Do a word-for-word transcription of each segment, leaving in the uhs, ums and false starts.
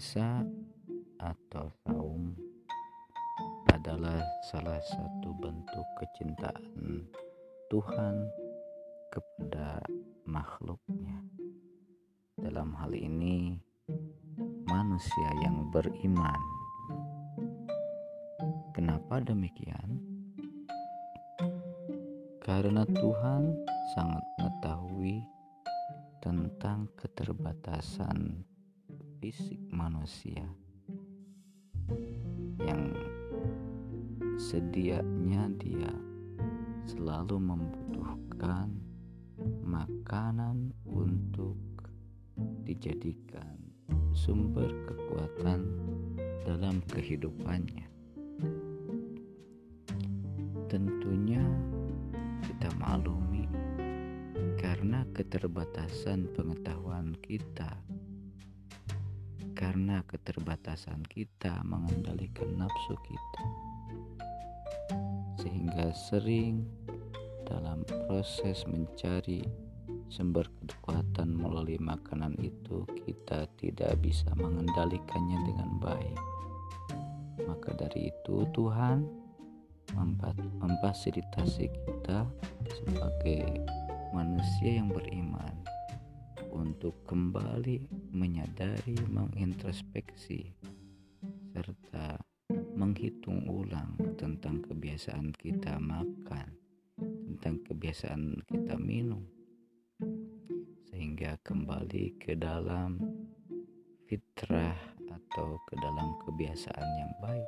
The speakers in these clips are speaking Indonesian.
Puasa atau saum adalah salah satu bentuk kecintaan Tuhan kepada makhluknya. Dalam hal ini manusia yang beriman. Kenapa demikian? Karena Tuhan sangat mengetahui tentang keterbatasan fisik manusia yang sedianya dia selalu membutuhkan makanan untuk dijadikan sumber kekuatan dalam kehidupannya. Tentunya kita maklumi karena keterbatasan pengetahuan kita, karena keterbatasan kita mengendalikan nafsu kita, sehingga sering dalam proses mencari sumber kekuatan melalui makanan itu kita tidak bisa mengendalikannya dengan baik. Maka dari itu Tuhan memfasilitasi kita sebagai manusia yang beriman untuk kembali menyadari, mengintrospeksi, serta menghitung ulang tentang kebiasaan kita makan, tentang kebiasaan kita minum, sehingga kembali ke dalam fitrah atau ke dalam kebiasaan yang baik.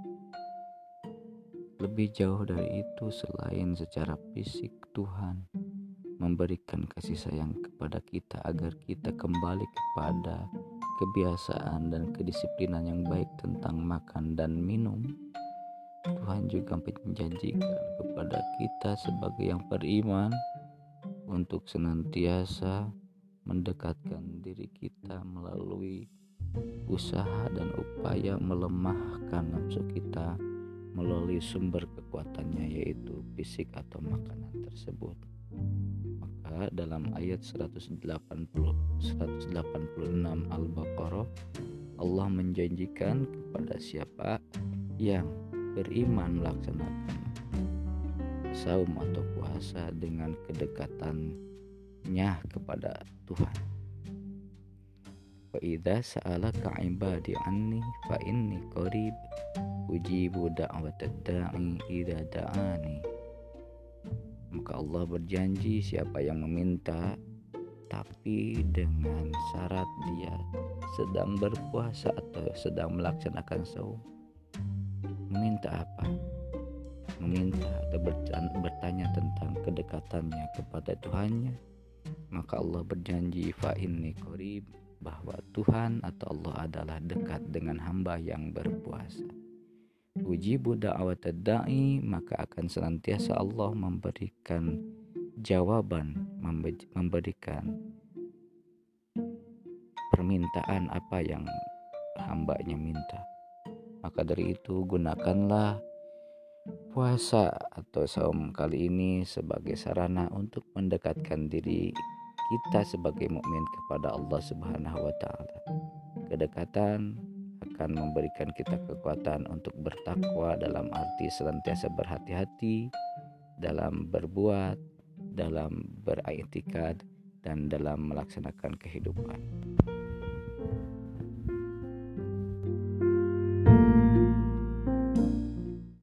Lebih jauh dari itu, selain secara fisik, Tuhan memberikan kasih sayang kepada kita agar kita kembali kepada kebiasaan dan kedisiplinan yang baik tentang makan dan minum. Tuhan juga menjanjikan kepada kita sebagai yang beriman untuk senantiasa mendekatkan diri kita melalui usaha dan upaya melemahkan nafsu kita melalui sumber kekuatannya, yaitu fisik atau makanan tersebut. Maka dalam ayat seratus delapan puluh, seratus delapan puluh enam Al-Baqarah, Allah menjanjikan kepada siapa yang beriman melaksanakan saum atau puasa dengan kedekatannya kepada Tuhan. Wa idza sa'alaka 'ibadi 'anni fa inni qarib ujibu da'watad da'i idza da'ani. Maka Allah berjanji siapa yang meminta tapi dengan syarat dia sedang berpuasa atau sedang melaksanakan saum. Meminta apa? Meminta atau bertanya tentang kedekatannya kepada Tuhannya. Maka Allah berjanji fa inni qarib, bahwa Tuhan atau Allah adalah dekat dengan hamba yang berpuasa. Ujibu da'watad da'i, maka akan senantiasa Allah memberikan jawaban, memberikan permintaan apa yang hambanya minta. Maka dari itu gunakanlah puasa atau saum kali ini sebagai sarana untuk mendekatkan diri kita sebagai mukmin kepada Allah Subhanahu wa taala. Kedekatan akan memberikan kita kekuatan untuk bertakwa dalam arti senantiasa berhati-hati dalam berbuat, dalam beriktikad, dan dalam melaksanakan kehidupan.